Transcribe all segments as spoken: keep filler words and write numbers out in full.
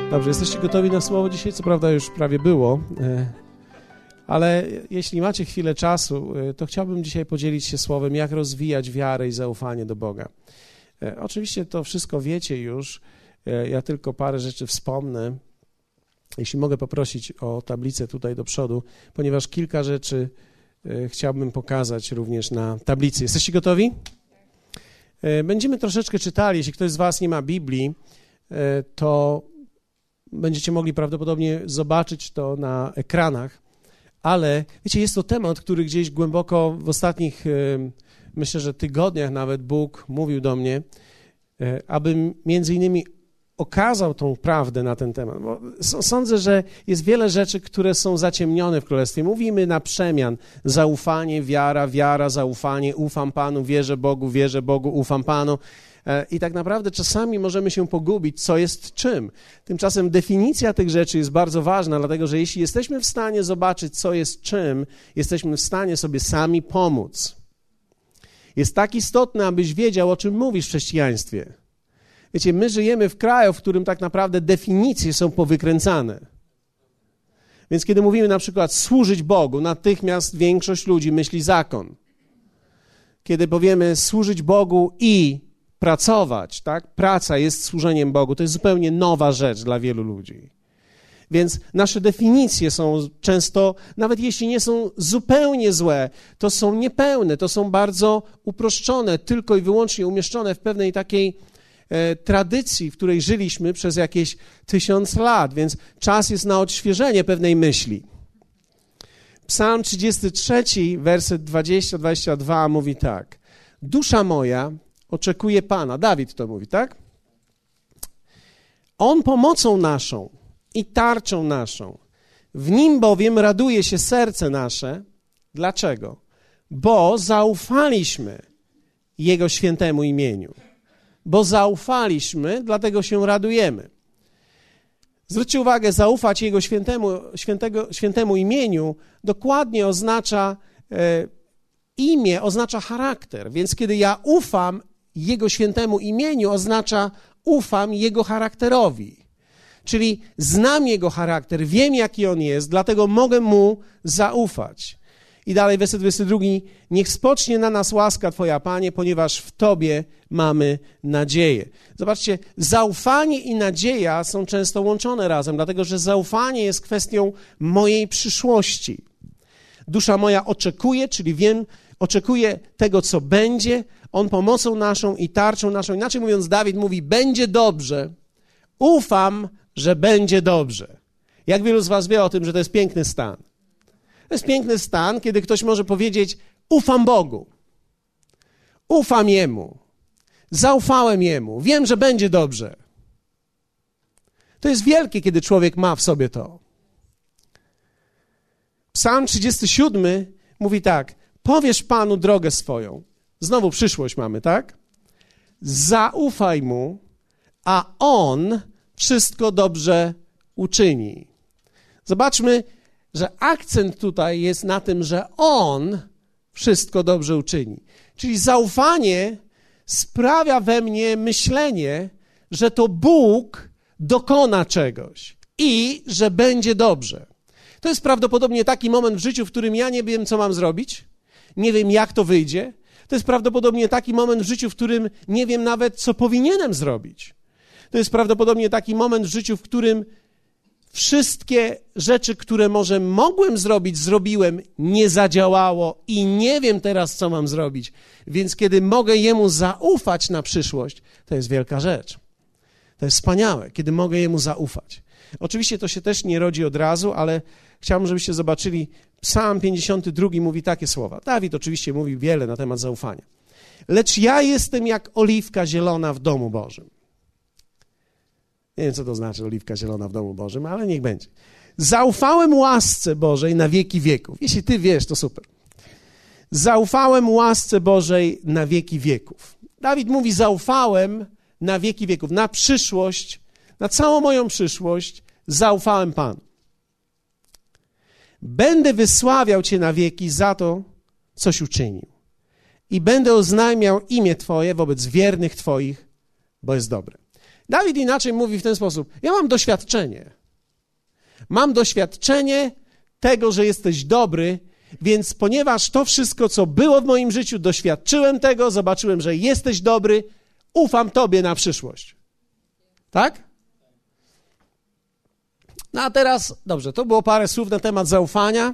Dobrze, jesteście gotowi na słowo dzisiaj? Co prawda już prawie było, ale jeśli macie chwilę czasu, to chciałbym dzisiaj podzielić się słowem, jak rozwijać wiarę i zaufanie do Boga. Oczywiście to wszystko wiecie już, ja tylko parę rzeczy wspomnę. Jeśli mogę poprosić o tablicę tutaj do przodu, ponieważ kilka rzeczy chciałbym pokazać również na tablicy. Jesteście gotowi? Będziemy troszeczkę czytali. Jeśli ktoś z was nie ma Biblii, to będziecie mogli prawdopodobnie zobaczyć to na ekranach, ale wiecie, jest to temat, który gdzieś głęboko w ostatnich, myślę, że tygodniach nawet Bóg mówił do mnie, abym między innymi okazał tą prawdę na ten temat. Bo sądzę, że jest wiele rzeczy, które są zaciemnione w Królestwie. Mówimy na przemian. Zaufanie, wiara, wiara, zaufanie, ufam Panu, wierzę Bogu, wierzę Bogu, ufam Panu. I tak naprawdę czasami możemy się pogubić, co jest czym. Tymczasem definicja tych rzeczy jest bardzo ważna, dlatego że jeśli jesteśmy w stanie zobaczyć, co jest czym, jesteśmy w stanie sobie sami pomóc. Jest tak istotne, abyś wiedział, o czym mówisz w chrześcijaństwie. Wiecie, my żyjemy w kraju, w którym tak naprawdę definicje są powykręcane. Więc kiedy mówimy na przykład służyć Bogu, natychmiast większość ludzi myśli zakon. Kiedy powiemy służyć Bogu i pracować, tak? Praca jest służeniem Bogu, to jest zupełnie nowa rzecz dla wielu ludzi. Więc nasze definicje są często, nawet jeśli nie są zupełnie złe, to są niepełne, to są bardzo uproszczone, tylko i wyłącznie umieszczone w pewnej takiej e, tradycji, w której żyliśmy przez jakieś tysiąc lat, więc czas jest na odświeżenie pewnej myśli. Psalm trzydziesty trzeci, werset dwadzieścia dwadzieścia dwa mówi tak. Dusza moja oczekuje Pana. Dawid to mówi, tak? On pomocą naszą i tarczą naszą. W Nim bowiem raduje się serce nasze. Dlaczego? Bo zaufaliśmy Jego świętemu imieniu. Bo zaufaliśmy, dlatego się radujemy. Zwróćcie uwagę, zaufać Jego świętemu, świętego, świętemu imieniu dokładnie oznacza e, imię, oznacza charakter. Więc kiedy ja ufam Jego świętemu imieniu, oznacza ufam Jego charakterowi. Czyli znam Jego charakter, wiem jaki On jest, dlatego mogę Mu zaufać. I dalej werset dwudziesty drugi. Niech spocznie na nas łaska Twoja, Panie, ponieważ w Tobie mamy nadzieję. Zobaczcie, zaufanie i nadzieja są często łączone razem, dlatego że zaufanie jest kwestią mojej przyszłości. Dusza moja oczekuje, czyli wiem, oczekuje tego, co będzie. On pomocą naszą i tarczą naszą. Inaczej mówiąc, Dawid mówi, będzie dobrze. Ufam, że będzie dobrze. Jak wielu z was wie o tym, że to jest piękny stan? To jest piękny stan, kiedy ktoś może powiedzieć, ufam Bogu. Ufam Jemu. Zaufałem Jemu. Wiem, że będzie dobrze. To jest wielkie, kiedy człowiek ma w sobie to. Psalm trzydziesty siódmy mówi tak. Powiesz Panu drogę swoją. Znowu przyszłość mamy, tak? Zaufaj Mu, a On wszystko dobrze uczyni. Zobaczmy, że akcent tutaj jest na tym, że On wszystko dobrze uczyni. Czyli zaufanie sprawia we mnie myślenie, że to Bóg dokona czegoś i że będzie dobrze. To jest prawdopodobnie taki moment w życiu, w którym ja nie wiem, co mam zrobić, nie wiem, jak to wyjdzie. To jest prawdopodobnie taki moment w życiu, w którym nie wiem nawet, co powinienem zrobić. To jest prawdopodobnie taki moment w życiu, w którym wszystkie rzeczy, które może mogłem zrobić, zrobiłem, nie zadziałało i nie wiem teraz, co mam zrobić. Więc kiedy mogę Jemu zaufać na przyszłość, to jest wielka rzecz. To jest wspaniałe, kiedy mogę Jemu zaufać. Oczywiście to się też nie rodzi od razu, ale chciałbym, żebyście zobaczyli, Psalm pięćdziesiąty drugi mówi takie słowa. Dawid oczywiście mówi wiele na temat zaufania. Lecz ja jestem jak oliwka zielona w domu Bożym. Nie wiem, co to znaczy oliwka zielona w domu Bożym, ale niech będzie. Zaufałem łasce Bożej na wieki wieków. Jeśli ty wiesz, to super. Zaufałem łasce Bożej na wieki wieków. Dawid mówi, zaufałem na wieki wieków, na przyszłość, na całą moją przyszłość zaufałem Panu. Będę wysławiał Cię na wieki za to, coś uczynił. I będę oznajmiał imię Twoje wobec wiernych Twoich, bo jest dobre. Dawid inaczej mówi w ten sposób. Ja mam doświadczenie. Mam doświadczenie tego, że jesteś dobry, więc ponieważ to wszystko, co było w moim życiu, doświadczyłem tego, zobaczyłem, że jesteś dobry, ufam Tobie na przyszłość. Tak? No a teraz, dobrze, to było parę słów na temat zaufania,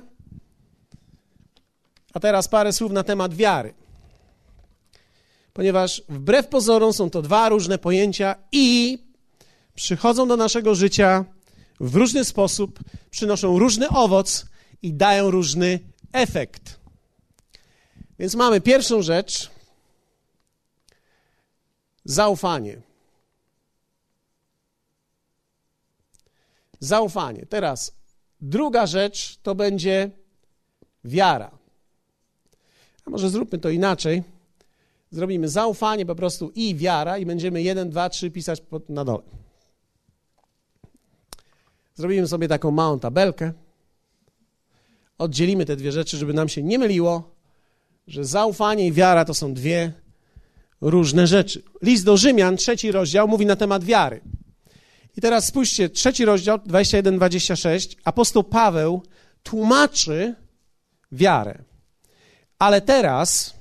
a teraz parę słów na temat wiary. Ponieważ wbrew pozorom są to dwa różne pojęcia i przychodzą do naszego życia w różny sposób, przynoszą różny owoc i dają różny efekt. Więc mamy pierwszą rzecz, zaufanie. Zaufanie. Teraz druga rzecz to będzie wiara. A może zróbmy to inaczej. Zrobimy zaufanie po prostu i wiara i będziemy jeden, dwa, trzy pisać pod, na dole. Zrobimy sobie taką małą tabelkę. Oddzielimy te dwie rzeczy, żeby nam się nie myliło, że zaufanie i wiara to są dwie różne rzeczy. List do Rzymian, trzeci rozdział, mówi na temat wiary. I teraz spójrzcie, trzeci rozdział, dwadzieścia jeden dwadzieścia sześć, apostoł Paweł tłumaczy wiarę. Ale teraz,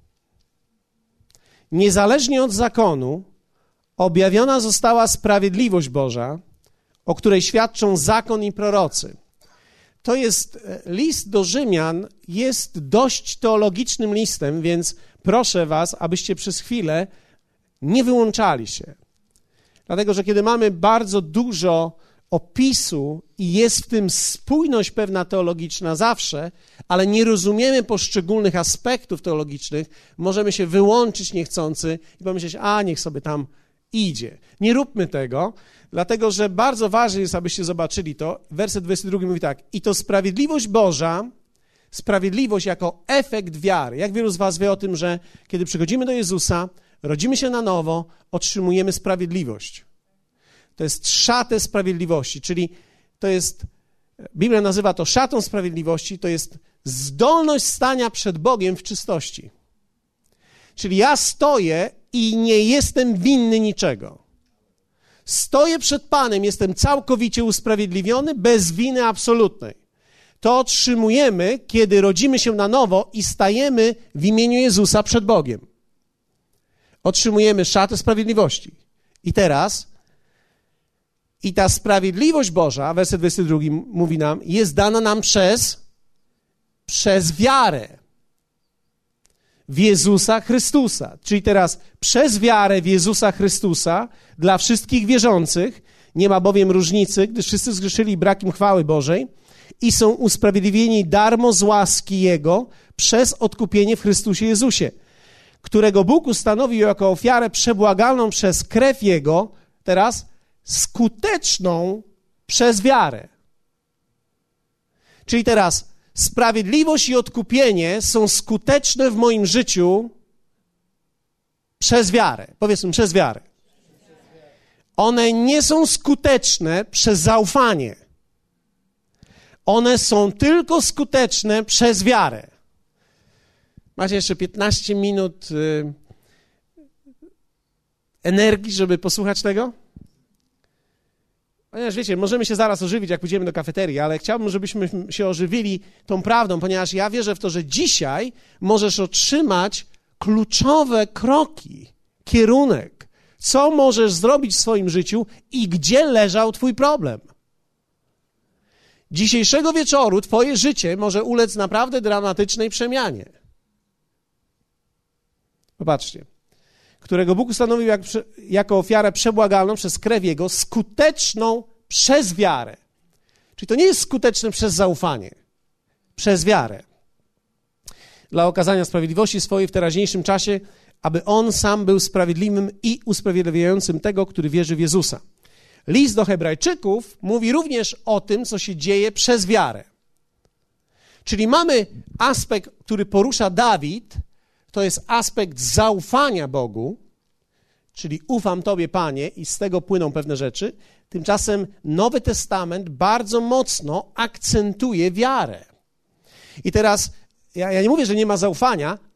niezależnie od zakonu, objawiona została sprawiedliwość Boża, o której świadczą zakon i prorocy. To jest, list do Rzymian jest dość teologicznym listem, więc proszę was, abyście przez chwilę nie wyłączali się. Dlatego, że kiedy mamy bardzo dużo opisu i jest w tym spójność pewna teologiczna zawsze, ale nie rozumiemy poszczególnych aspektów teologicznych, możemy się wyłączyć niechcący i pomyśleć, a niech sobie tam idzie. Nie róbmy tego, dlatego, że bardzo ważne jest, abyście zobaczyli to. Werset dwudziesty drugi mówi tak. I to sprawiedliwość Boża, sprawiedliwość jako efekt wiary. Jak wielu z was wie o tym, że kiedy przychodzimy do Jezusa, rodzimy się na nowo, otrzymujemy sprawiedliwość. To jest szatę sprawiedliwości, czyli to jest, Biblia nazywa to szatą sprawiedliwości, to jest zdolność stania przed Bogiem w czystości. Czyli ja stoję i nie jestem winny niczego. Stoję przed Panem, jestem całkowicie usprawiedliwiony, bez winy absolutnej. To otrzymujemy, kiedy rodzimy się na nowo i stajemy w imieniu Jezusa przed Bogiem. Otrzymujemy szatę sprawiedliwości. I teraz, i ta sprawiedliwość Boża, werset dwudziesty drugi mówi nam, jest dana nam przez, przez wiarę w Jezusa Chrystusa. Czyli teraz przez wiarę w Jezusa Chrystusa dla wszystkich wierzących, nie ma bowiem różnicy, gdyż wszyscy zgrzeszyli brakiem chwały Bożej i są usprawiedliwieni darmo z łaski Jego przez odkupienie w Chrystusie Jezusie, którego Bóg ustanowił jako ofiarę przebłagalną przez krew Jego, teraz skuteczną przez wiarę. Czyli teraz sprawiedliwość i odkupienie są skuteczne w moim życiu przez wiarę. Powiedzmy, przez wiarę. One nie są skuteczne przez zaufanie. One są tylko skuteczne przez wiarę. Macie jeszcze piętnaście minut y, energii, żeby posłuchać tego? Ponieważ wiecie, możemy się zaraz ożywić, jak pójdziemy do kafeterii, ale chciałbym, żebyśmy się ożywili tą prawdą, ponieważ ja wierzę w to, że dzisiaj możesz otrzymać kluczowe kroki, kierunek, co możesz zrobić w swoim życiu i gdzie leżał twój problem. Dzisiejszego wieczoru twoje życie może ulec naprawdę dramatycznej przemianie. Popatrzcie. Którego Bóg ustanowił jak, jako ofiarę przebłagalną przez krew Jego, skuteczną przez wiarę. Czyli to nie jest skuteczne przez zaufanie, przez wiarę. Dla okazania sprawiedliwości swojej w teraźniejszym czasie, aby On sam był sprawiedliwym i usprawiedliwiającym tego, który wierzy w Jezusa. List do Hebrajczyków mówi również o tym, co się dzieje przez wiarę. Czyli mamy aspekt, który porusza Dawid, to jest aspekt zaufania Bogu, czyli ufam Tobie, Panie, i z tego płyną pewne rzeczy. Tymczasem Nowy Testament bardzo mocno akcentuje wiarę. I teraz, ja, ja nie mówię, że nie ma zaufania,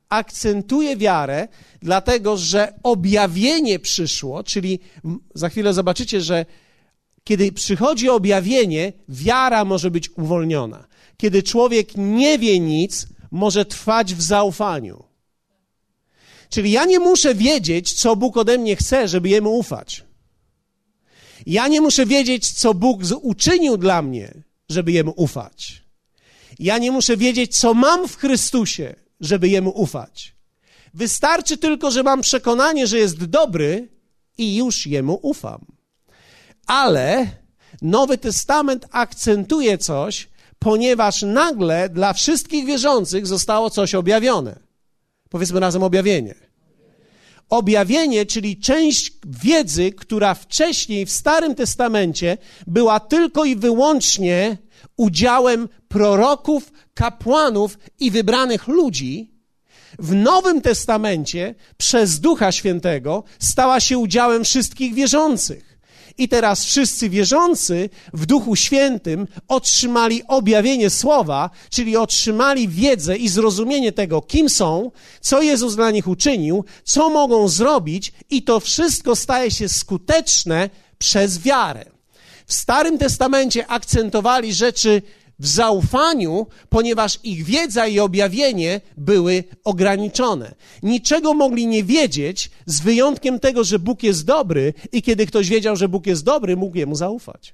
akcentuje wiarę, dlatego że objawienie przyszło, czyli za chwilę zobaczycie, że kiedy przychodzi objawienie, wiara może być uwolniona. Kiedy człowiek nie wie nic, może trwać w zaufaniu. Czyli ja nie muszę wiedzieć, co Bóg ode mnie chce, żeby Jemu ufać. Ja nie muszę wiedzieć, co Bóg uczynił dla mnie, żeby Jemu ufać. Ja nie muszę wiedzieć, co mam w Chrystusie, żeby Jemu ufać. Wystarczy tylko, że mam przekonanie, że jest dobry i już Jemu ufam. Ale Nowy Testament akcentuje coś, ponieważ nagle dla wszystkich wierzących zostało coś objawione. Powiedzmy razem objawienie. Objawienie, czyli część wiedzy, która wcześniej w Starym Testamencie była tylko i wyłącznie udziałem proroków, kapłanów i wybranych ludzi, w Nowym Testamencie przez Ducha Świętego stała się udziałem wszystkich wierzących. I teraz wszyscy wierzący w Duchu Świętym otrzymali objawienie Słowa, czyli otrzymali wiedzę i zrozumienie tego, kim są, co Jezus dla nich uczynił, co mogą zrobić i to wszystko staje się skuteczne przez wiarę. W Starym Testamencie akcentowali rzeczy w zaufaniu, ponieważ ich wiedza i objawienie były ograniczone. Niczego mogli nie wiedzieć, z wyjątkiem tego, że Bóg jest dobry i kiedy ktoś wiedział, że Bóg jest dobry, mógł Jemu zaufać.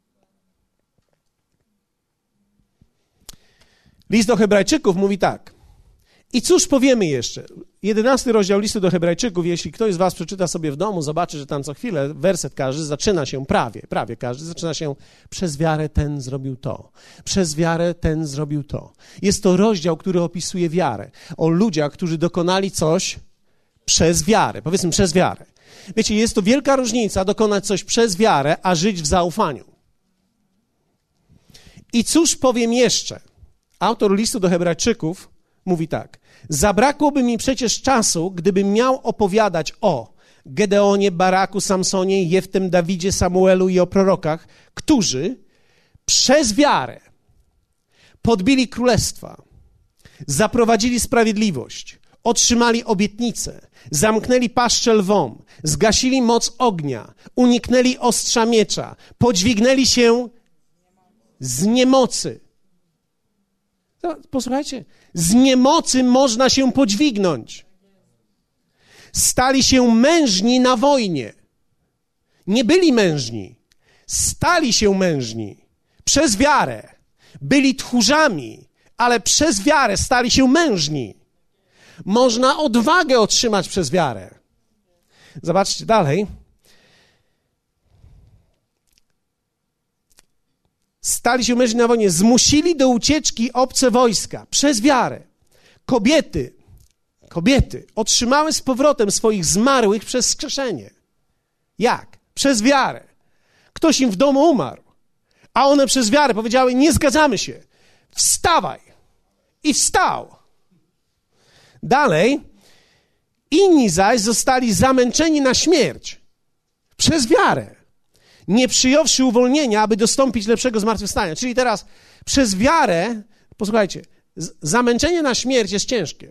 List do Hebrajczyków mówi tak. I cóż powiemy jeszcze? Jedenasty rozdział listu do Hebrajczyków, jeśli ktoś z was przeczyta sobie w domu, zobaczy, że tam co chwilę werset każdy zaczyna się, prawie, prawie każdy zaczyna się przez wiarę ten zrobił to, przez wiarę ten zrobił to. Jest to rozdział, który opisuje wiarę, o ludziach, którzy dokonali coś przez wiarę, powiedzmy przez wiarę. Wiecie, jest to wielka różnica dokonać coś przez wiarę, a żyć w zaufaniu. I cóż powiem jeszcze? Autor listu do Hebrajczyków mówi tak. Zabrakłoby mi przecież czasu, gdybym miał opowiadać o Gedeonie, Baraku, Samsonie, Jeftem, Dawidzie, Samuelu i o prorokach, którzy przez wiarę podbili królestwa, zaprowadzili sprawiedliwość, otrzymali obietnice, zamknęli paszczę lwom, zgasili moc ognia, uniknęli ostrza miecza, podźwignęli się z niemocy. Posłuchajcie, z niemocy można się podźwignąć. Stali się mężni na wojnie. Nie byli mężni, stali się mężni przez wiarę. Byli tchórzami, ale przez wiarę stali się mężni. Można odwagę otrzymać przez wiarę. Zobaczcie dalej. Stali się mężni na wojnie, zmusili do ucieczki obce wojska przez wiarę. Kobiety, kobiety otrzymały z powrotem swoich zmarłych przez wskrzeszenie. Jak? Przez wiarę. Ktoś im w domu umarł, a one przez wiarę powiedziały, nie zgadzamy się, wstawaj. I wstał. Dalej, inni zaś zostali zamęczeni na śmierć przez wiarę, nie przyjąwszy uwolnienia, aby dostąpić lepszego zmartwychwstania. Czyli teraz przez wiarę, posłuchajcie, zamęczenie na śmierć jest ciężkie.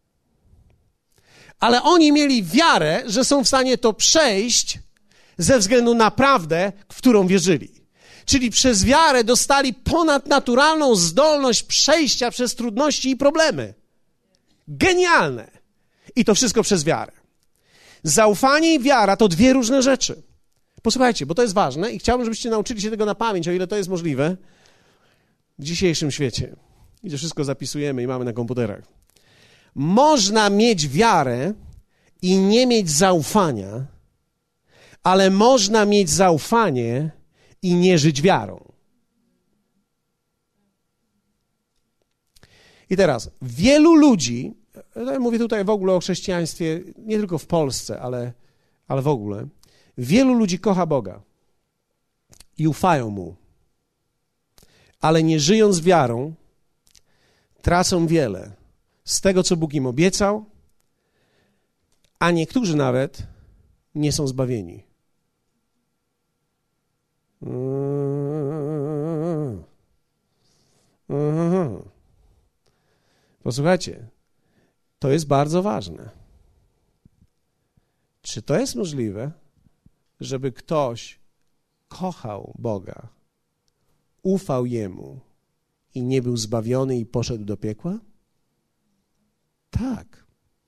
Ale oni mieli wiarę, że są w stanie to przejść ze względu na prawdę, w którą wierzyli. Czyli przez wiarę dostali ponadnaturalną zdolność przejścia przez trudności i problemy. Genialne. I to wszystko przez wiarę. Zaufanie i wiara to dwie różne rzeczy. Posłuchajcie, bo to jest ważne i chciałbym, żebyście nauczyli się tego na pamięć, o ile to jest możliwe w dzisiejszym świecie, gdzie wszystko zapisujemy i mamy na komputerach. Można mieć wiarę i nie mieć zaufania, ale można mieć zaufanie i nie żyć wiarą. I teraz, wielu ludzi, mówię tutaj w ogóle o chrześcijaństwie, nie tylko w Polsce, ale, ale w ogóle, wielu ludzi kocha Boga i ufają Mu, ale nie żyjąc wiarą, tracą wiele z tego, co Bóg im obiecał, a niektórzy nawet nie są zbawieni. Posłuchajcie, To jest bardzo ważne. Czy to jest możliwe, żeby ktoś kochał Boga, ufał Jemu i nie był zbawiony i poszedł do piekła? Tak.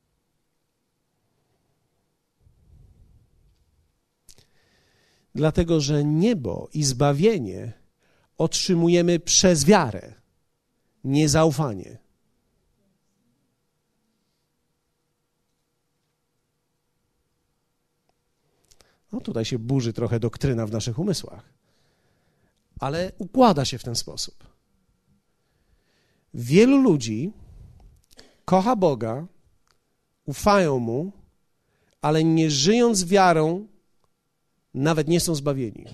Dlatego, że niebo i zbawienie otrzymujemy przez wiarę, nie zaufanie. No tutaj się burzy trochę doktryna w naszych umysłach, ale układa się w ten sposób. Wielu ludzi kocha Boga, ufają Mu, ale nie żyjąc wiarą, nawet nie są zbawieni.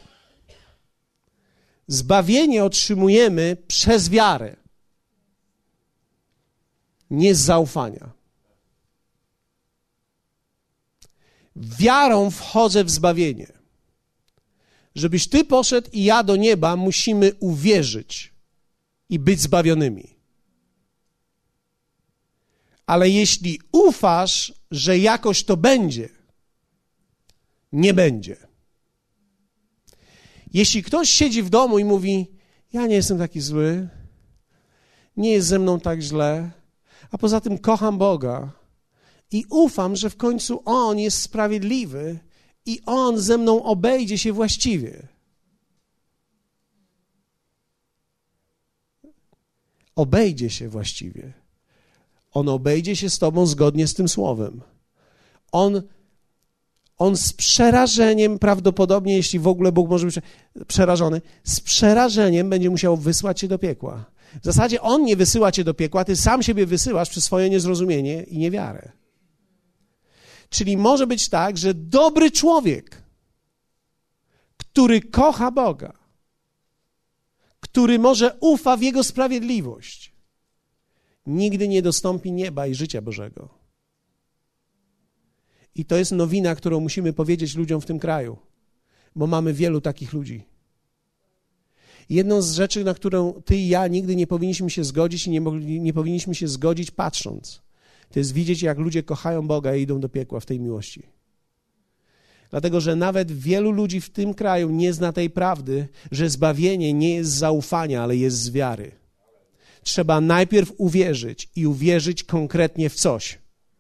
Zbawienie otrzymujemy przez wiarę, nie z zaufania. Wiarą wchodzę w zbawienie. Żebyś ty poszedł i ja do nieba, musimy uwierzyć i być zbawionymi. Ale jeśli ufasz, że jakoś to będzie, nie będzie. Jeśli ktoś siedzi w domu i mówi, ja nie jestem taki zły, nie jest ze mną tak źle, a poza tym kocham Boga i ufam, że w końcu On jest sprawiedliwy i On ze mną obejdzie się właściwie. Obejdzie się właściwie. On obejdzie się z tobą zgodnie z tym słowem. On, on z przerażeniem, prawdopodobnie, jeśli w ogóle Bóg może być przerażony, z przerażeniem będzie musiał wysłać cię do piekła. W zasadzie On nie wysyła cię do piekła, ty sam siebie wysyłasz przez swoje niezrozumienie i niewiarę. Czyli może być tak, że dobry człowiek, który kocha Boga, który może ufa w Jego sprawiedliwość, nigdy nie dostąpi nieba i życia Bożego. I to jest nowina, którą musimy powiedzieć ludziom w tym kraju, bo mamy wielu takich ludzi. Jedną z rzeczy, na którą ty i ja nigdy nie powinniśmy się zgodzić i nie, mogli, nie powinniśmy się zgodzić patrząc, to jest widzieć, jak ludzie kochają Boga i idą do piekła w tej miłości. Dlatego, że nawet wielu ludzi w tym kraju nie zna tej prawdy, że zbawienie nie jest z zaufania, ale jest z wiary. Trzeba najpierw uwierzyć i uwierzyć konkretnie w coś.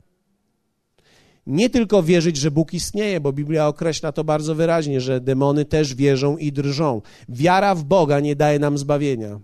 Nie tylko wierzyć, że Bóg istnieje, bo Biblia określa to bardzo wyraźnie, że demony też wierzą i drżą. Wiara w Boga nie daje nam zbawienia.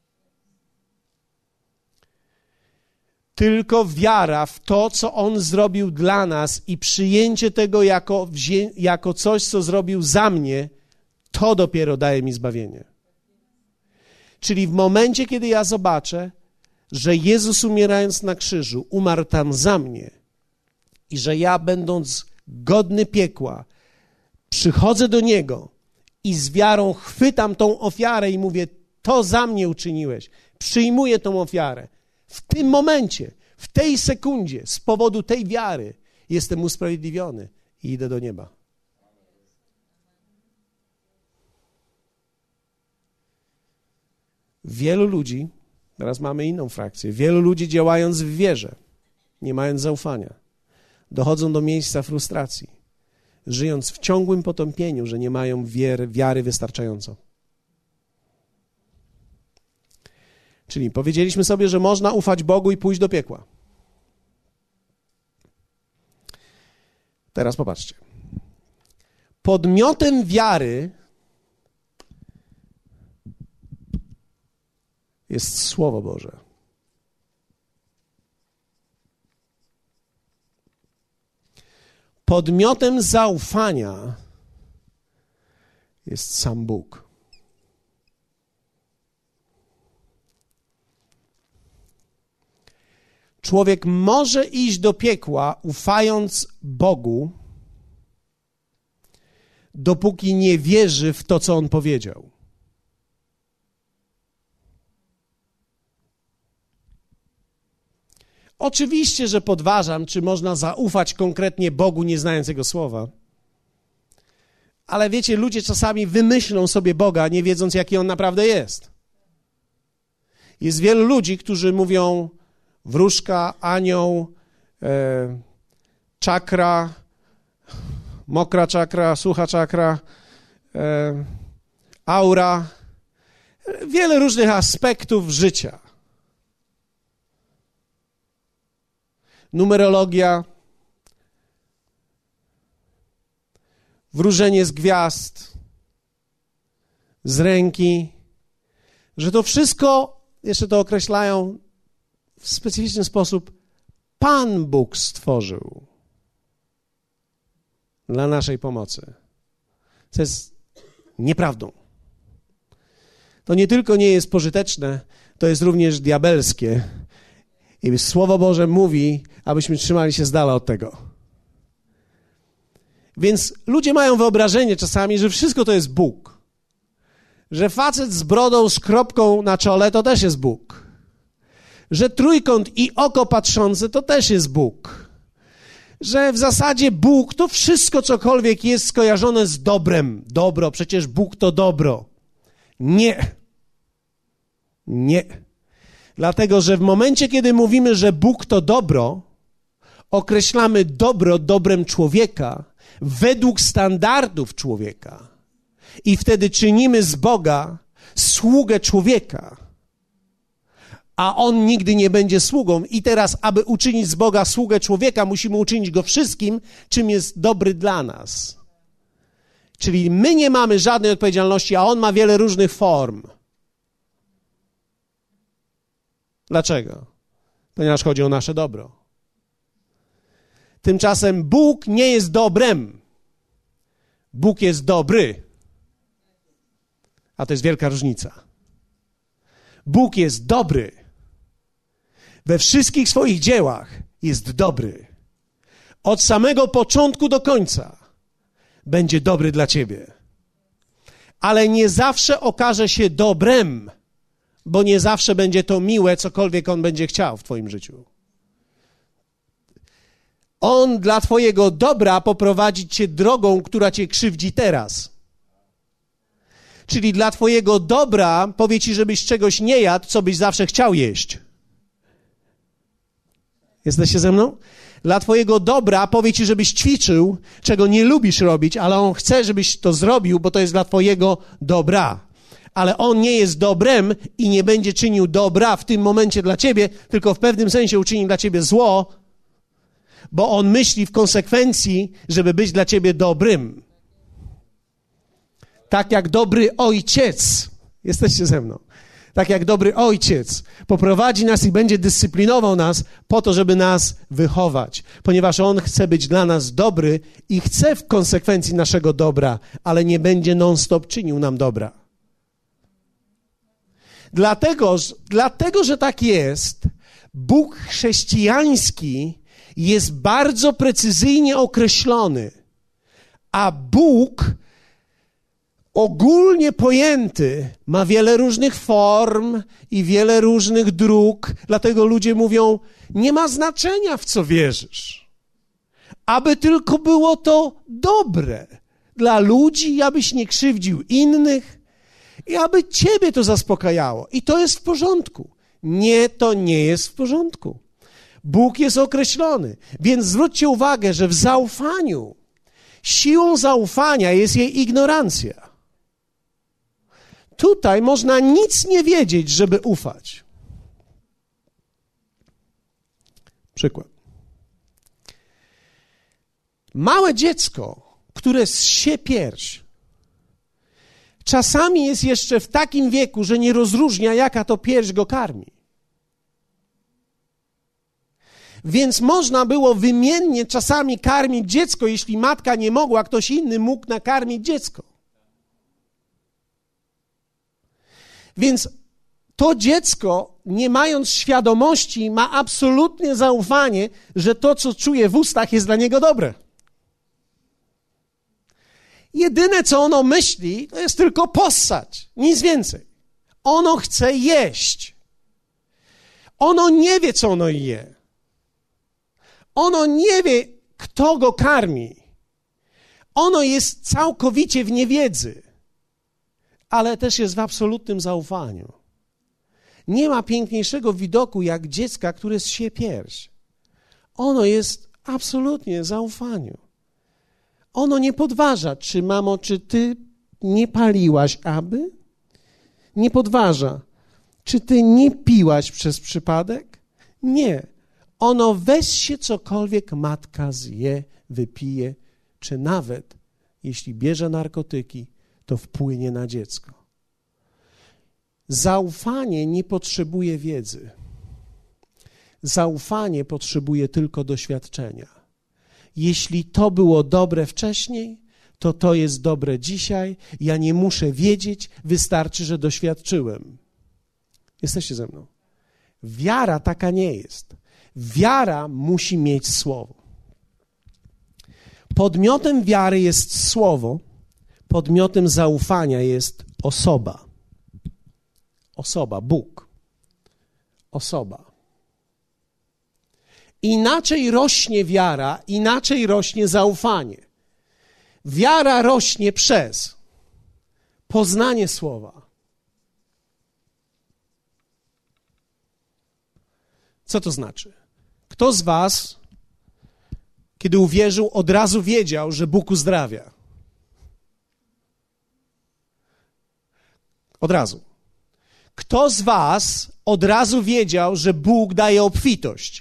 Tylko wiara w to, co On zrobił dla nas i przyjęcie tego jako, wzię- jako coś, co zrobił za mnie, to dopiero daje mi zbawienie. Czyli w momencie, kiedy ja zobaczę, że Jezus umierając na krzyżu umarł tam za mnie i że ja, będąc godny piekła, przychodzę do Niego i z wiarą chwytam tą ofiarę i mówię, to za mnie uczyniłeś, przyjmuję tą ofiarę. W tym momencie, w tej sekundzie, z powodu tej wiary jestem usprawiedliwiony i idę do nieba. Wielu ludzi, teraz mamy inną frakcję, wielu ludzi działając w wierze, nie mając zaufania, dochodzą do miejsca frustracji, żyjąc w ciągłym potąpieniu, że nie mają wiary, wiary wystarczająco. Czyli powiedzieliśmy sobie, że można ufać Bogu i pójść do piekła. Teraz popatrzcie. Podmiotem wiary jest Słowo Boże. Podmiotem zaufania jest sam Bóg. Człowiek może iść do piekła, ufając Bogu, dopóki nie wierzy w to, co On powiedział. Oczywiście, że podważam, czy można zaufać konkretnie Bogu, nie znając Jego słowa. Ale wiecie, ludzie czasami wymyślą sobie Boga, nie wiedząc, jaki On naprawdę jest. Jest wielu ludzi, którzy mówią wróżka, anioł, e, czakra, mokra czakra, sucha czakra, e, aura, wiele różnych aspektów życia. Numerologia, wróżenie z gwiazd, z ręki, że to wszystko, jeszcze to określają w specyficzny sposób, Pan Bóg stworzył dla naszej pomocy. Co jest nieprawdą. To nie tylko nie jest pożyteczne, to jest również diabelskie. I Słowo Boże mówi, abyśmy trzymali się z dala od tego. Więc ludzie mają wyobrażenie czasami, że wszystko to jest Bóg. Że facet z brodą, z kropką na czole to też jest Bóg. Że trójkąt i oko patrzące to też jest Bóg. Że w zasadzie Bóg to wszystko, cokolwiek jest skojarzone z dobrem. Dobro, przecież Bóg to dobro. Nie. Nie. Dlatego, że w momencie, kiedy mówimy, że Bóg to dobro, określamy dobro dobrem człowieka według standardów człowieka. I wtedy czynimy z Boga sługę człowieka. A on nigdy nie będzie sługą. I teraz, aby uczynić z Boga sługę człowieka, musimy uczynić go wszystkim, czym jest dobry dla nas. Czyli my nie mamy żadnej odpowiedzialności, a on ma wiele różnych form. Dlaczego? Ponieważ chodzi o nasze dobro. Tymczasem Bóg nie jest dobrem. Bóg jest dobry. A to jest wielka różnica. Bóg jest dobry. We wszystkich swoich dziełach jest dobry. Od samego początku do końca będzie dobry dla ciebie. Ale nie zawsze okaże się dobrem, bo nie zawsze będzie to miłe, cokolwiek on będzie chciał w twoim życiu. On dla twojego dobra poprowadzi cię drogą, która cię krzywdzi teraz. Czyli dla twojego dobra powie ci, żebyś czegoś nie jadł, co byś zawsze chciał jeść. Jesteście ze mną? Dla twojego dobra powie ci, żebyś ćwiczył, czego nie lubisz robić, ale on chce, żebyś to zrobił, bo to jest dla twojego dobra. Ale on nie jest dobrem i nie będzie czynił dobra w tym momencie dla ciebie, tylko w pewnym sensie uczyni dla ciebie zło, bo on myśli w konsekwencji, żeby być dla ciebie dobrym. Tak jak dobry ojciec, jesteście ze mną, tak jak dobry ojciec poprowadzi nas i będzie dyscyplinował nas po to, żeby nas wychować, ponieważ on chce być dla nas dobry i chce w konsekwencji naszego dobra, ale nie będzie non-stop czynił nam dobra. Dlatego, dlatego, że tak jest, Bóg chrześcijański jest bardzo precyzyjnie określony, a Bóg ogólnie pojęty ma wiele różnych form i wiele różnych dróg, dlatego ludzie mówią, nie ma znaczenia, w co wierzysz, aby tylko było to dobre dla ludzi, abyś nie krzywdził innych i aby ciebie to zaspokajało. I to jest w porządku. Nie, to nie jest w porządku. Bóg jest określony, więc zwróćcie uwagę, że w zaufaniu siłą zaufania jest jej ignorancja. Tutaj można nic nie wiedzieć, żeby ufać. Przykład. Małe dziecko, które ssie pierś, czasami jest jeszcze w takim wieku, że nie rozróżnia, jaka to pierś go karmi. Więc można było wymiennie czasami karmić dziecko, jeśli matka nie mogła, ktoś inny mógł nakarmić dziecko. Więc to dziecko, nie mając świadomości, ma absolutnie zaufanie, że to, co czuje w ustach, jest dla niego dobre. Jedyne, co ono myśli, to jest tylko possać, nic więcej. Ono chce jeść. Ono nie wie, co ono je. Ono nie wie, kto go karmi. Ono jest całkowicie w niewiedzy, ale też jest w absolutnym zaufaniu. Nie ma piękniejszego widoku jak dziecka, które ssie pierś. Ono jest absolutnie zaufaniu. Ono nie podważa, czy mamo, czy ty nie paliłaś aby? Nie podważa, czy ty nie piłaś przez przypadek? Nie. Ono weź się cokolwiek matka zje, wypije, czy nawet jeśli bierze narkotyki, to wpłynie na dziecko. Zaufanie nie potrzebuje wiedzy. Zaufanie potrzebuje tylko doświadczenia. Jeśli to było dobre wcześniej, to to jest dobre dzisiaj. Ja nie muszę wiedzieć, wystarczy, że doświadczyłem. Jesteście ze mną? Wiara taka nie jest. Wiara musi mieć słowo. Podmiotem wiary jest słowo, podmiotem zaufania jest osoba. Osoba, Bóg. Osoba. Inaczej rośnie wiara, inaczej rośnie zaufanie. Wiara rośnie przez poznanie słowa. Co to znaczy? Kto z was, kiedy uwierzył, od razu wiedział, że Bóg uzdrawia? Od razu. Kto z was od razu wiedział, że Bóg daje obfitość?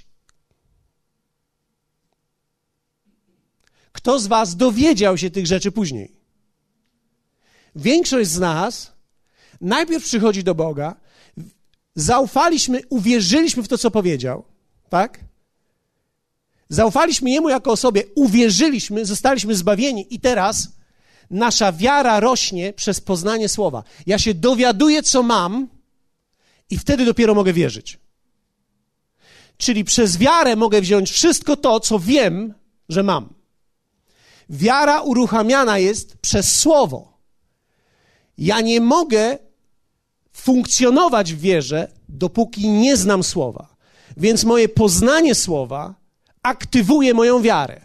Kto z was dowiedział się tych rzeczy później? Większość z nas najpierw przychodzi do Boga, zaufaliśmy, uwierzyliśmy w to, co powiedział, tak? Zaufaliśmy Jemu jako osobie, uwierzyliśmy, zostaliśmy zbawieni i teraz nasza wiara rośnie przez poznanie Słowa. Ja się dowiaduję, co mam i wtedy dopiero mogę wierzyć. Czyli przez wiarę mogę wziąć wszystko to, co wiem, że mam. Wiara uruchamiana jest przez Słowo. Ja nie mogę funkcjonować w wierze, dopóki nie znam Słowa. Więc moje poznanie Słowa aktywuje moją wiarę.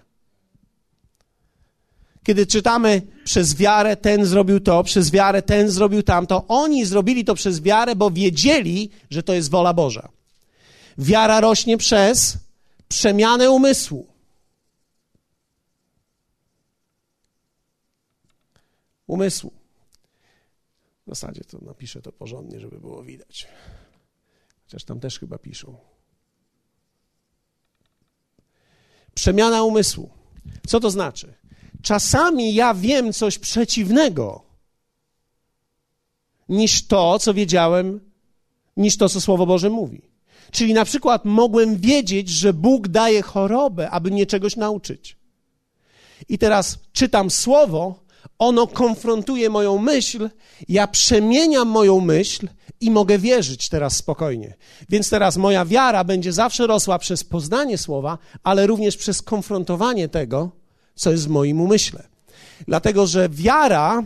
Kiedy czytamy przez wiarę ten zrobił to, przez wiarę ten zrobił tamto, oni zrobili to przez wiarę, bo wiedzieli, że to jest wola Boża. Wiara rośnie przez przemianę umysłu. Umysłu. W zasadzie to napiszę to porządnie, żeby było widać. Chociaż tam też chyba piszą. Przemiana umysłu. Co to znaczy? Czasami ja wiem coś przeciwnego niż to, co wiedziałem, niż to, co Słowo Boże mówi. Czyli na przykład mogłem wiedzieć, że Bóg daje chorobę, aby mnie czegoś nauczyć. I teraz czytam Słowo, ono konfrontuje moją myśl, ja przemieniam moją myśl i mogę wierzyć teraz spokojnie. Więc teraz moja wiara będzie zawsze rosła przez poznanie Słowa, ale również przez konfrontowanie tego, co jest w moim umyśle. Dlatego, że wiara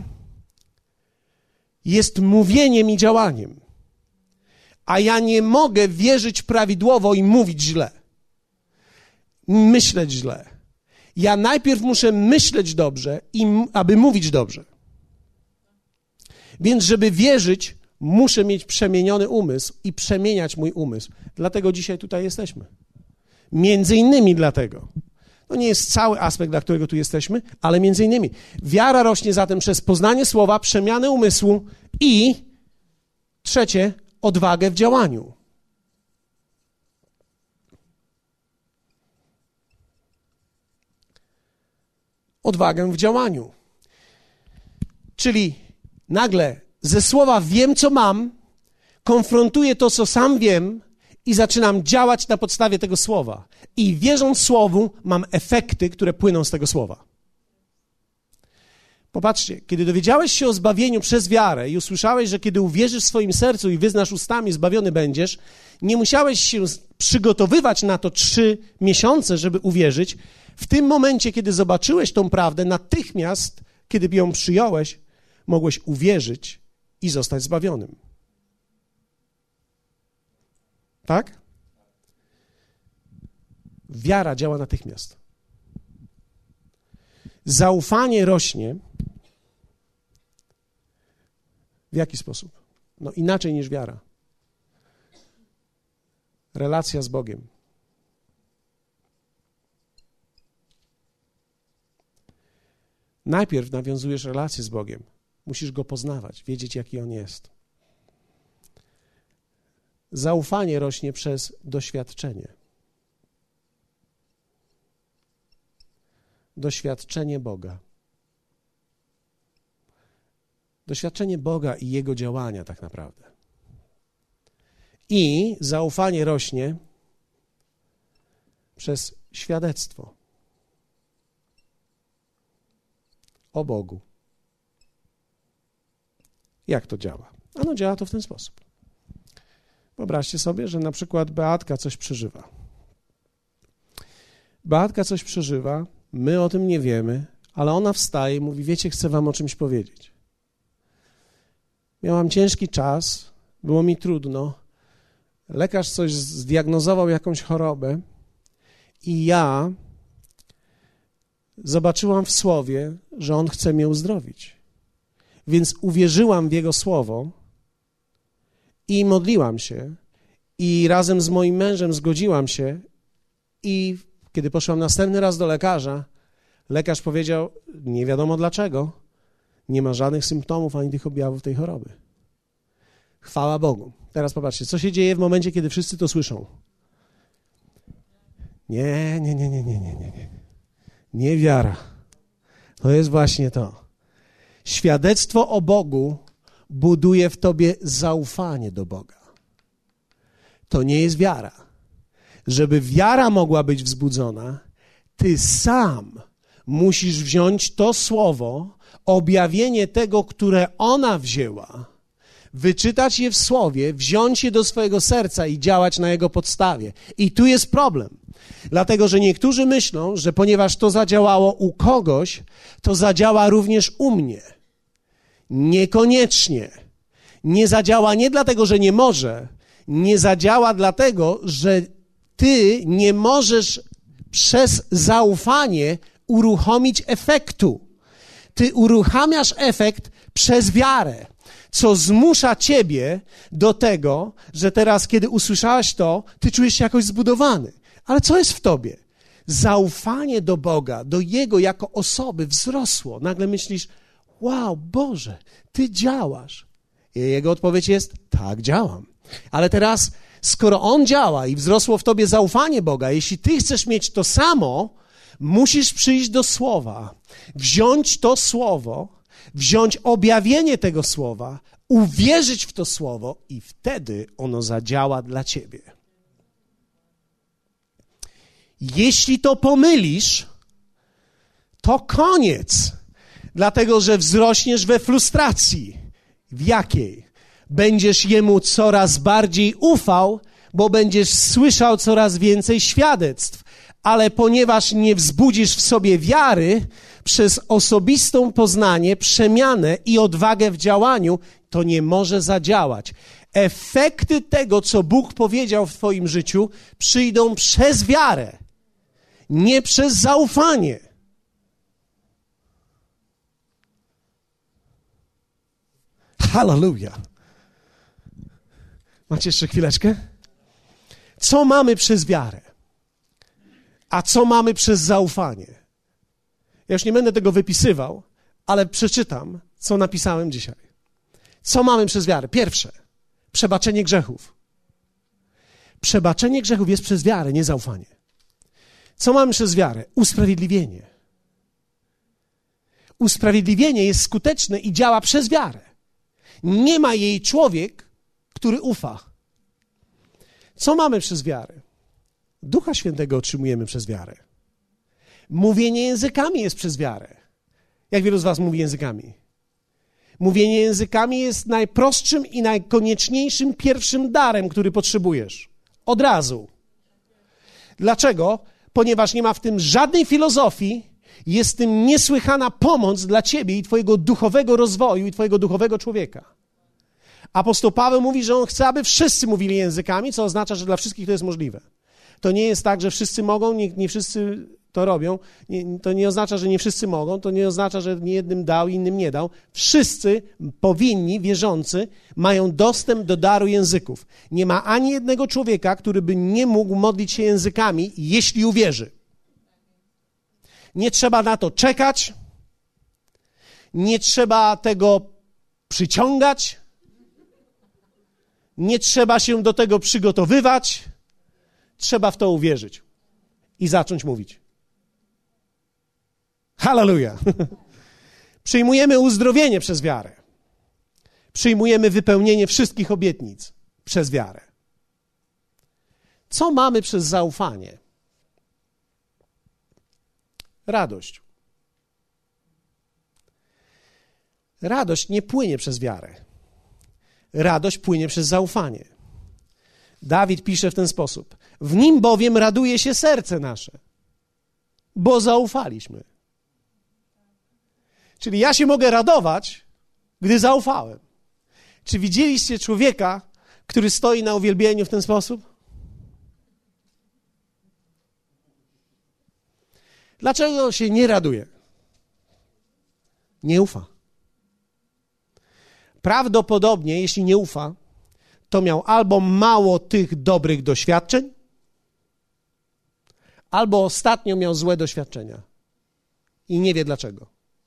jest mówieniem i działaniem. A ja nie mogę wierzyć prawidłowo i mówić źle. Myśleć źle. Ja najpierw muszę myśleć dobrze, i, aby mówić dobrze. Więc żeby wierzyć, muszę mieć przemieniony umysł i przemieniać mój umysł. Dlatego dzisiaj tutaj jesteśmy. Między innymi dlatego. To nie jest cały aspekt, dla którego tu jesteśmy, ale między innymi. Wiara rośnie zatem przez poznanie Słowa, przemianę umysłu i trzecie, odwagę w działaniu. Odwagę w działaniu. Czyli nagle ze Słowa wiem, co mam, konfrontuję to, co sam wiem i zaczynam działać na podstawie tego Słowa. I wierząc Słowu, mam efekty, które płyną z tego Słowa. Popatrzcie, kiedy dowiedziałeś się o zbawieniu przez wiarę i usłyszałeś, że kiedy uwierzysz w swoim sercu i wyznasz ustami, zbawiony będziesz, nie musiałeś się przygotowywać na to trzy miesiące, żeby uwierzyć. W tym momencie, kiedy zobaczyłeś tą prawdę, natychmiast, kiedy ją przyjąłeś, mogłeś uwierzyć i zostać zbawionym. Tak? Wiara działa natychmiast. Zaufanie rośnie. W jaki sposób? No inaczej niż wiara. Relacja z Bogiem. Najpierw nawiązujesz relację z Bogiem. Musisz Go poznawać, wiedzieć, jaki On jest. Zaufanie rośnie przez doświadczenie. Doświadczenie Boga. Doświadczenie Boga i Jego działania tak naprawdę. I zaufanie rośnie przez świadectwo o Bogu. Jak to działa? Ano działa to w ten sposób. Wyobraźcie sobie, że na przykład Beatka coś przeżywa. Beatka coś przeżywa, my o tym nie wiemy, ale ona wstaje i mówi, wiecie, chcę wam o czymś powiedzieć. Miałam ciężki czas, było mi trudno, lekarz coś zdiagnozował, jakąś chorobę i ja zobaczyłam w Słowie, że On chce mnie uzdrowić. Więc uwierzyłam w Jego Słowo i modliłam się i razem z moim mężem zgodziłam się i kiedy poszłam następny raz do lekarza, lekarz powiedział, nie wiadomo dlaczego, nie ma żadnych symptomów ani tych objawów tej choroby. Chwała Bogu. Teraz popatrzcie, co się dzieje w momencie, kiedy wszyscy to słyszą. Nie, nie, nie, nie, nie, nie, nie. Nie wiara. To jest właśnie to. Świadectwo o Bogu buduje w tobie zaufanie do Boga. To nie jest wiara. Żeby wiara mogła być wzbudzona, ty sam musisz wziąć to słowo, objawienie tego, które ona wzięła, wyczytać je w Słowie, wziąć je do swojego serca i działać na jego podstawie. I tu jest problem. Dlatego, że niektórzy myślą, że ponieważ to zadziałało u kogoś, to zadziała również u mnie. Niekoniecznie. Nie zadziała nie dlatego, że nie może, nie zadziała dlatego, że ty nie możesz przez zaufanie uruchomić efektu. Ty uruchamiasz efekt przez wiarę, co zmusza ciebie do tego, że teraz, kiedy usłyszałaś to, ty czujesz się jakoś zbudowany. Ale co jest w tobie? Zaufanie do Boga, do Jego jako osoby wzrosło. Nagle myślisz, wow, Boże, Ty działasz. I Jego odpowiedź jest, tak, działam. Ale teraz, skoro On działa i wzrosło w tobie zaufanie Boga, jeśli ty chcesz mieć to samo, musisz przyjść do Słowa, wziąć to Słowo, wziąć objawienie tego Słowa, uwierzyć w to Słowo i wtedy ono zadziała dla ciebie. Jeśli to pomylisz, to koniec, dlatego że wzrośniesz we frustracji. W jakiej? Będziesz Jemu coraz bardziej ufał, bo będziesz słyszał coraz więcej świadectw, ale ponieważ nie wzbudzisz w sobie wiary przez osobistą poznanie, przemianę i odwagę w działaniu, to nie może zadziałać. Efekty tego, co Bóg powiedział w twoim życiu, przyjdą przez wiarę, nie przez zaufanie. Hallelujah. Macie jeszcze chwileczkę? Co mamy przez wiarę? A co mamy przez zaufanie? Ja już nie będę tego wypisywał, ale przeczytam, co napisałem dzisiaj. Co mamy przez wiarę? Pierwsze, przebaczenie grzechów. Przebaczenie grzechów jest przez wiarę, nie zaufanie. Co mamy przez wiarę? Usprawiedliwienie. Usprawiedliwienie jest skuteczne i działa przez wiarę. Nie ma jej człowiek, który ufa. Co mamy przez wiarę? Ducha Świętego otrzymujemy przez wiarę. Mówienie językami jest przez wiarę. Jak wielu z was mówi językami? Mówienie językami jest najprostszym i najkonieczniejszym pierwszym darem, który potrzebujesz. Od razu. Dlaczego? Ponieważ nie ma w tym żadnej filozofii, jest w tym niesłychana pomoc dla ciebie i twojego duchowego rozwoju i twojego duchowego człowieka. Apostoł Paweł mówi, że on chce, aby wszyscy mówili językami, co oznacza, że dla wszystkich to jest możliwe. To nie jest tak, że wszyscy mogą, nie, nie wszyscy to robią. Nie, to nie oznacza, że nie wszyscy mogą, to nie oznacza, że nie jednym dał, innym nie dał. Wszyscy powinni, wierzący, mają dostęp do daru języków. Nie ma ani jednego człowieka, który by nie mógł modlić się językami, jeśli uwierzy. Nie trzeba na to czekać. Nie trzeba tego przyciągać. Nie trzeba się do tego przygotowywać. Trzeba w to uwierzyć i zacząć mówić. Hallelujah! Przyjmujemy uzdrowienie przez wiarę. Przyjmujemy wypełnienie wszystkich obietnic przez wiarę. Co mamy przez zaufanie? Radość. Radość nie płynie przez wiarę. Radość płynie przez zaufanie. Dawid pisze w ten sposób. W nim bowiem raduje się serce nasze, bo zaufaliśmy. Czyli ja się mogę radować, gdy zaufałem. Czy widzieliście człowieka, który stoi na uwielbieniu w ten sposób? Dlaczego się nie raduje? Nie ufa. Prawdopodobnie, jeśli nie ufa, to miał albo mało tych dobrych doświadczeń, albo ostatnio miał złe doświadczenia i nie wie dlaczego.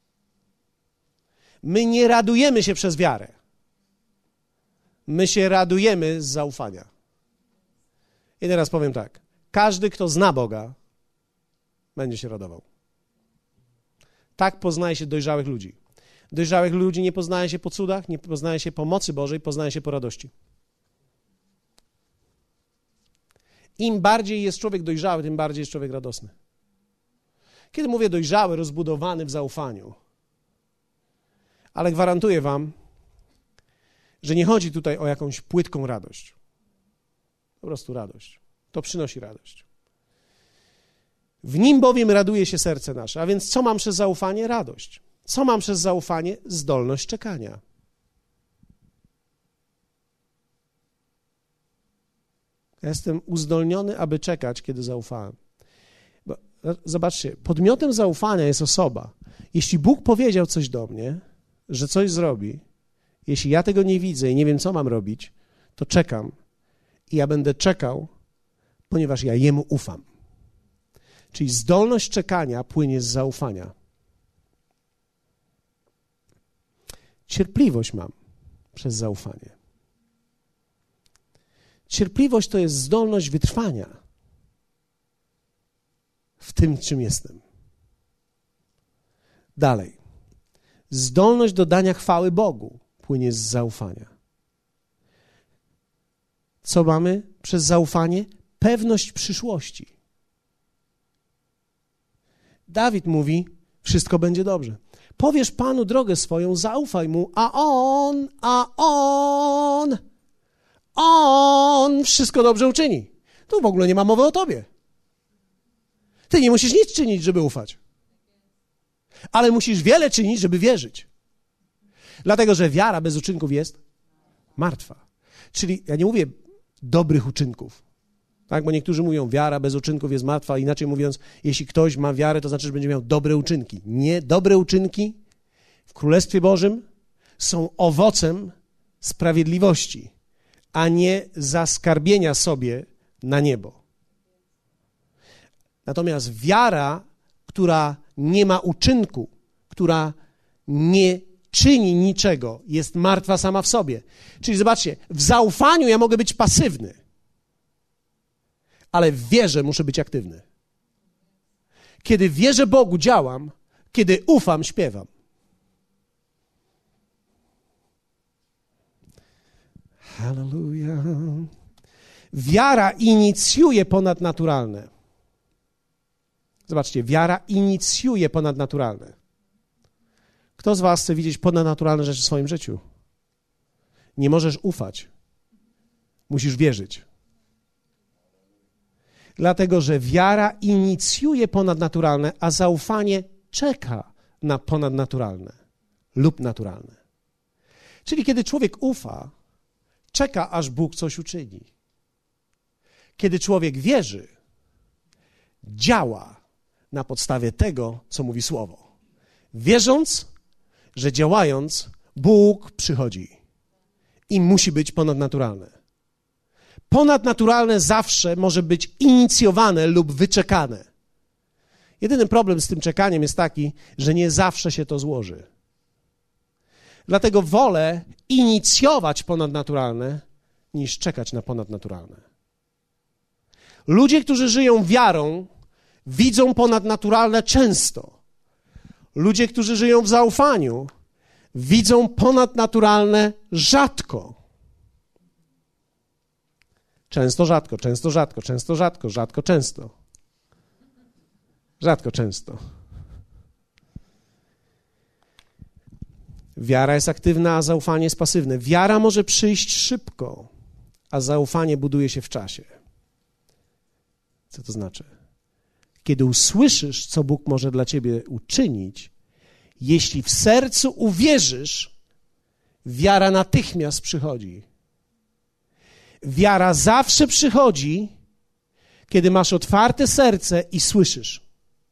My nie radujemy się przez wiarę. My się radujemy z zaufania. I teraz powiem tak. Każdy, kto zna Boga, będzie się radował. Tak poznaje się dojrzałych ludzi. Dojrzałych ludzi nie poznaje się po cudach, nie poznaje się po mocy Bożej, poznaje się po radości. Im bardziej jest człowiek dojrzały, tym bardziej jest człowiek radosny. Kiedy mówię dojrzały, rozbudowany w zaufaniu, ale gwarantuję wam, że nie chodzi tutaj o jakąś płytką radość. Po prostu radość. To przynosi radość. W nim bowiem raduje się serce nasze. A więc co mam przez zaufanie? Radość. Co mam przez zaufanie? Zdolność czekania. Ja jestem uzdolniony, aby czekać, kiedy zaufałem. Bo, zobaczcie, podmiotem zaufania jest osoba. Jeśli Bóg powiedział coś do mnie, że coś zrobi, jeśli ja tego nie widzę i nie wiem, co mam robić, to czekam. I ja będę czekał, ponieważ ja Jemu ufam. Czyli zdolność czekania płynie z zaufania. Cierpliwość mam przez zaufanie. Cierpliwość to jest zdolność wytrwania w tym, czym jestem. Dalej. Zdolność do dania chwały Bogu płynie z zaufania. Co mamy przez zaufanie? Pewność przyszłości. Dawid mówi, wszystko będzie dobrze. Powiesz Panu drogę swoją, zaufaj Mu, a On, a On, On wszystko dobrze uczyni. Tu w ogóle nie ma mowy o Tobie. Ty nie musisz nic czynić, żeby ufać. Ale musisz wiele czynić, żeby wierzyć. Dlatego, że wiara bez uczynków jest martwa. Czyli ja nie mówię dobrych uczynków. Tak, bo niektórzy mówią, wiara bez uczynków jest martwa, inaczej mówiąc, jeśli ktoś ma wiarę, to znaczy, że będzie miał dobre uczynki. Nie, dobre uczynki w Królestwie Bożym są owocem sprawiedliwości, a nie zaskarbienia sobie na niebo. Natomiast wiara, która nie ma uczynku, która nie czyni niczego, jest martwa sama w sobie. Czyli zobaczcie, w zaufaniu ja mogę być pasywny, ale w wierze muszę być aktywny. Kiedy wierzę Bogu, działam, kiedy ufam, śpiewam. Hallelujah. Wiara inicjuje ponadnaturalne. Zobaczcie, wiara inicjuje ponadnaturalne. Kto z was chce widzieć ponadnaturalne rzeczy w swoim życiu? Nie możesz ufać. Musisz wierzyć. Dlatego, że wiara inicjuje ponadnaturalne, a zaufanie czeka na ponadnaturalne lub naturalne. Czyli kiedy człowiek ufa, czeka, aż Bóg coś uczyni. Kiedy człowiek wierzy, działa na podstawie tego, co mówi Słowo. Wierząc, że działając, Bóg przychodzi i musi być ponadnaturalne. Ponadnaturalne zawsze może być inicjowane lub wyczekane. Jedyny problem z tym czekaniem jest taki, że nie zawsze się to złoży. Dlatego wolę inicjować ponadnaturalne, niż czekać na ponadnaturalne. Ludzie, którzy żyją wiarą, widzą ponadnaturalne często. Ludzie, którzy żyją w zaufaniu, widzą ponadnaturalne rzadko. Często, rzadko, często, rzadko, często, rzadko, rzadko, często. Rzadko, często. Wiara jest aktywna, a zaufanie jest pasywne. Wiara może przyjść szybko, a zaufanie buduje się w czasie. Co to znaczy? Kiedy usłyszysz, co Bóg może dla ciebie uczynić, jeśli w sercu uwierzysz, wiara natychmiast przychodzi. Wiara zawsze przychodzi, kiedy masz otwarte serce i słyszysz.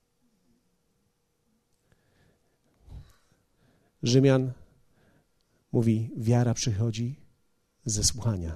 Rzymian mówi, wiara przychodzi ze słuchania.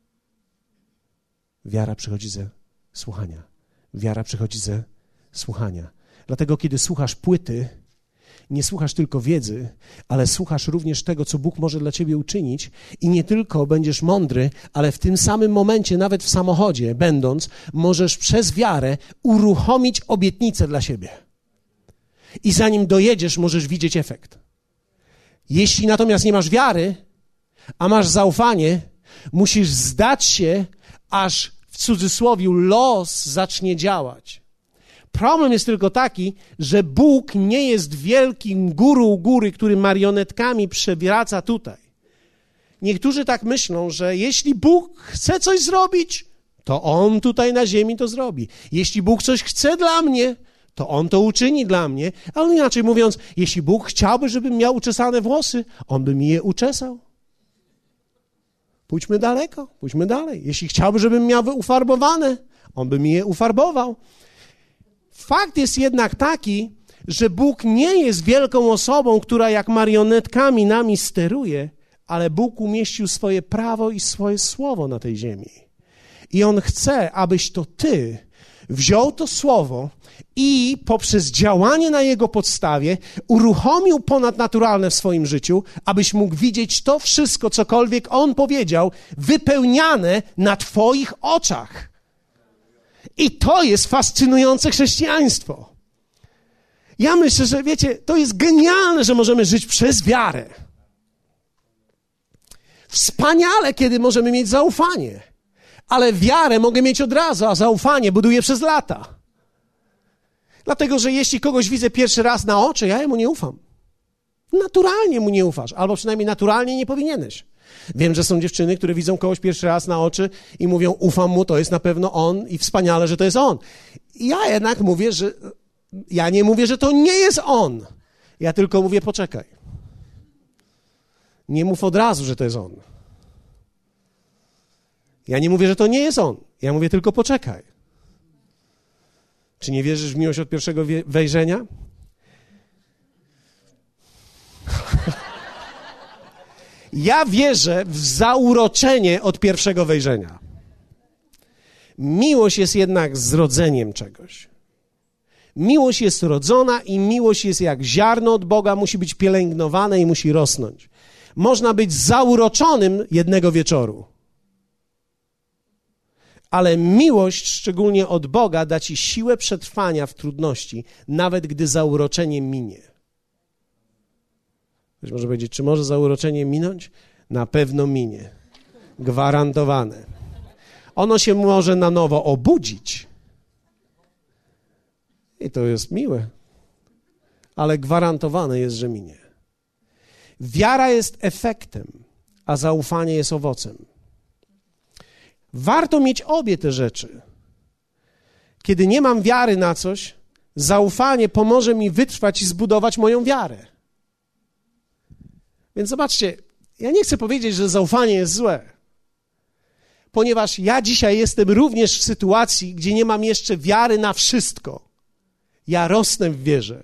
Wiara przychodzi ze słuchania. Wiara przychodzi ze słuchania. Dlatego, kiedy słuchasz płyty, nie słuchasz tylko wiedzy, ale słuchasz również tego, co Bóg może dla ciebie uczynić i nie tylko będziesz mądry, ale w tym samym momencie, nawet w samochodzie będąc, możesz przez wiarę uruchomić obietnicę dla siebie. I zanim dojedziesz, możesz widzieć efekt. Jeśli natomiast nie masz wiary, a masz zaufanie, musisz zdać się, aż w cudzysłowie los zacznie działać. Problem jest tylko taki, że Bóg nie jest wielkim guru u góry, który marionetkami przewraca tutaj. Niektórzy tak myślą, że jeśli Bóg chce coś zrobić, to On tutaj na ziemi to zrobi. Jeśli Bóg coś chce dla mnie, to On to uczyni dla mnie. Ale inaczej mówiąc, jeśli Bóg chciałby, żebym miał uczesane włosy, On by mi je uczesał. Pójdźmy daleko, pójdźmy dalej. Jeśli chciałby, żebym miał ufarbowane, On by mi je ufarbował. Fakt jest jednak taki, że Bóg nie jest wielką osobą, która jak marionetkami nami steruje, ale Bóg umieścił swoje prawo i swoje słowo na tej ziemi. I On chce, abyś to ty wziął to słowo i poprzez działanie na jego podstawie uruchomił ponadnaturalne w swoim życiu, abyś mógł widzieć to wszystko, cokolwiek On powiedział, wypełniane na twoich oczach. I to jest fascynujące chrześcijaństwo. Ja myślę, że wiecie, to jest genialne, że możemy żyć przez wiarę. Wspaniale, kiedy możemy mieć zaufanie. Ale wiarę mogę mieć od razu, a zaufanie buduję przez lata. Dlatego, że jeśli kogoś widzę pierwszy raz na oczy, ja mu nie ufam. Naturalnie mu nie ufasz, albo przynajmniej naturalnie nie powinieneś. Wiem, że są dziewczyny, które widzą kogoś pierwszy raz na oczy i mówią, ufam mu, to jest na pewno on i wspaniale, że to jest on. Ja jednak mówię, że ja nie mówię, że to nie jest on. Ja tylko mówię, poczekaj. Nie mów od razu, że to jest on. Ja nie mówię, że to nie jest on. Ja mówię tylko, poczekaj. Czy nie wierzysz w miłość od pierwszego wejrzenia? Ja wierzę w zauroczenie od pierwszego wejrzenia. Miłość jest jednak zrodzeniem czegoś. Miłość jest rodzona i miłość jest jak ziarno od Boga, musi być pielęgnowane i musi rosnąć. Można być zauroczonym jednego wieczoru. Ale miłość, szczególnie od Boga, da ci siłę przetrwania w trudności, nawet gdy zauroczenie minie. Ktoś może powiedzieć, czy może zauroczenie minąć? Na pewno minie. Gwarantowane. Ono się może na nowo obudzić. I to jest miłe. Ale gwarantowane jest, że minie. Wiara jest efektem, a zaufanie jest owocem. Warto mieć obie te rzeczy. Kiedy nie mam wiary na coś, zaufanie pomoże mi wytrwać i zbudować moją wiarę. Więc zobaczcie, ja nie chcę powiedzieć, że zaufanie jest złe, ponieważ ja dzisiaj jestem również w sytuacji, gdzie nie mam jeszcze wiary na wszystko. Ja rosnę w wierze.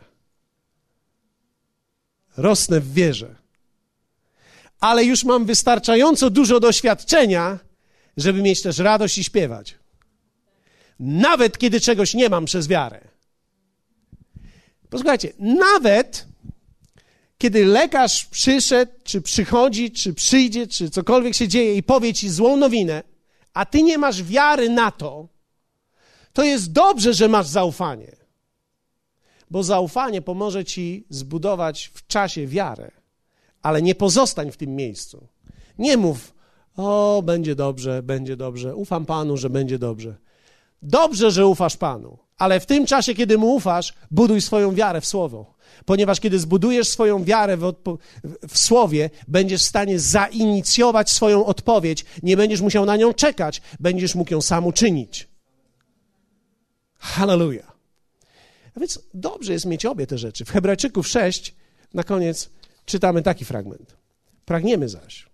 Rosnę w wierze. Ale już mam wystarczająco dużo doświadczenia, żeby mieć też radość i śpiewać. Nawet kiedy czegoś nie mam przez wiarę. Posłuchajcie, nawet kiedy lekarz przyszedł, czy przychodzi, czy przyjdzie, czy cokolwiek się dzieje i powie ci złą nowinę, a ty nie masz wiary na to, to jest dobrze, że masz zaufanie. Bo zaufanie pomoże ci zbudować w czasie wiarę, ale nie pozostań w tym miejscu. Nie mów, o, będzie dobrze, będzie dobrze, ufam Panu, że będzie dobrze. Dobrze, że ufasz Panu, ale w tym czasie, kiedy Mu ufasz, buduj swoją wiarę w Słowo. Ponieważ kiedy zbudujesz swoją wiarę w, odpo- w Słowie, będziesz w stanie zainicjować swoją odpowiedź, nie będziesz musiał na nią czekać, będziesz mógł ją sam uczynić. Hallelujah. A więc dobrze jest mieć obie te rzeczy. W Hebrajczyków sześć na koniec czytamy taki fragment. Pragniemy zaś,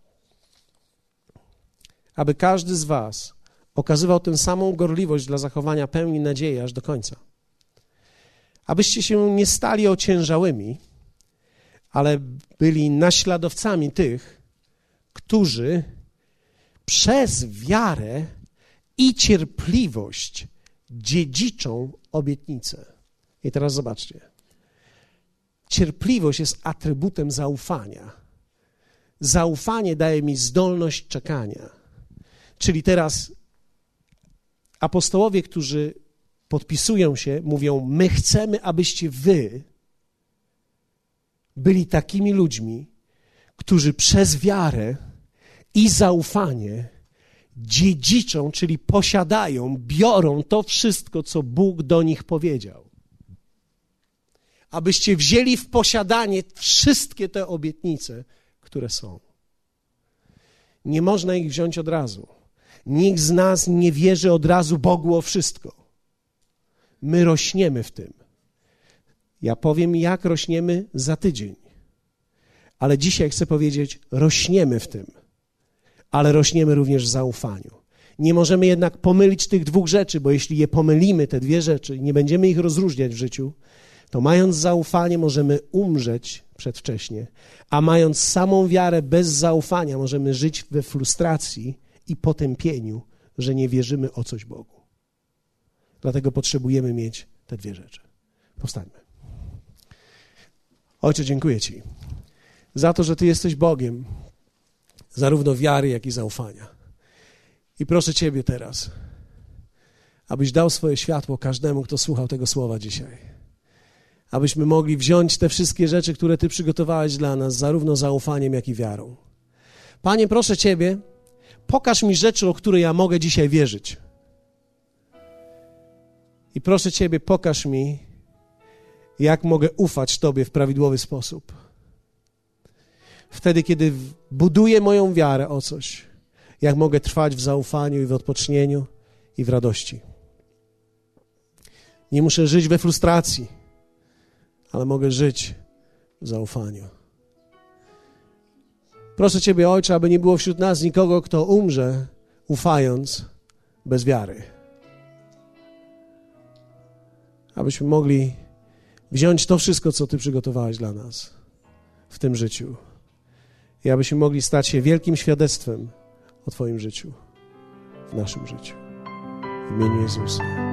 aby każdy z was okazywał tę samą gorliwość dla zachowania pełni nadziei aż do końca. Abyście się nie stali ociężałymi, ale byli naśladowcami tych, którzy przez wiarę i cierpliwość dziedziczą obietnicę. I teraz zobaczcie. Cierpliwość jest atrybutem zaufania. Zaufanie daje mi zdolność czekania. Czyli teraz apostołowie, którzy podpisują się, mówią, my chcemy, abyście wy byli takimi ludźmi, którzy przez wiarę i zaufanie dziedziczą, czyli posiadają, biorą to wszystko, co Bóg do nich powiedział. Abyście wzięli w posiadanie wszystkie te obietnice, które są. Nie można ich wziąć od razu. Nikt z nas nie wierzy od razu Bogu o wszystko. My rośniemy w tym. Ja powiem, jak rośniemy za tydzień. Ale dzisiaj chcę powiedzieć, rośniemy w tym. Ale rośniemy również w zaufaniu. Nie możemy jednak pomylić tych dwóch rzeczy, bo jeśli je pomylimy, te dwie rzeczy, i nie będziemy ich rozróżniać w życiu, to mając zaufanie możemy umrzeć przedwcześnie, a mając samą wiarę bez zaufania możemy żyć we frustracji i potępieniu, że nie wierzymy o coś Bogu. Dlatego potrzebujemy mieć te dwie rzeczy. Powstańmy. Ojcze, dziękuję Ci za to, że Ty jesteś Bogiem zarówno wiary, jak i zaufania. I proszę Ciebie teraz, abyś dał swoje światło każdemu, kto słuchał tego słowa dzisiaj. Abyśmy mogli wziąć te wszystkie rzeczy, które Ty przygotowałeś dla nas, zarówno zaufaniem, jak i wiarą. Panie, proszę Ciebie, pokaż mi rzeczy, o które ja mogę dzisiaj wierzyć. I proszę Ciebie, pokaż mi, jak mogę ufać Tobie w prawidłowy sposób. Wtedy, kiedy buduję moją wiarę o coś, jak mogę trwać w zaufaniu i w odpocznieniu i w radości. Nie muszę żyć we frustracji, ale mogę żyć w zaufaniu. Proszę Ciebie, Ojcze, aby nie było wśród nas nikogo, kto umrze, ufając bez wiary. Abyśmy mogli wziąć to wszystko, co Ty przygotowałeś dla nas w tym życiu. I abyśmy mogli stać się wielkim świadectwem o Twoim życiu, w naszym życiu. W imieniu Jezusa.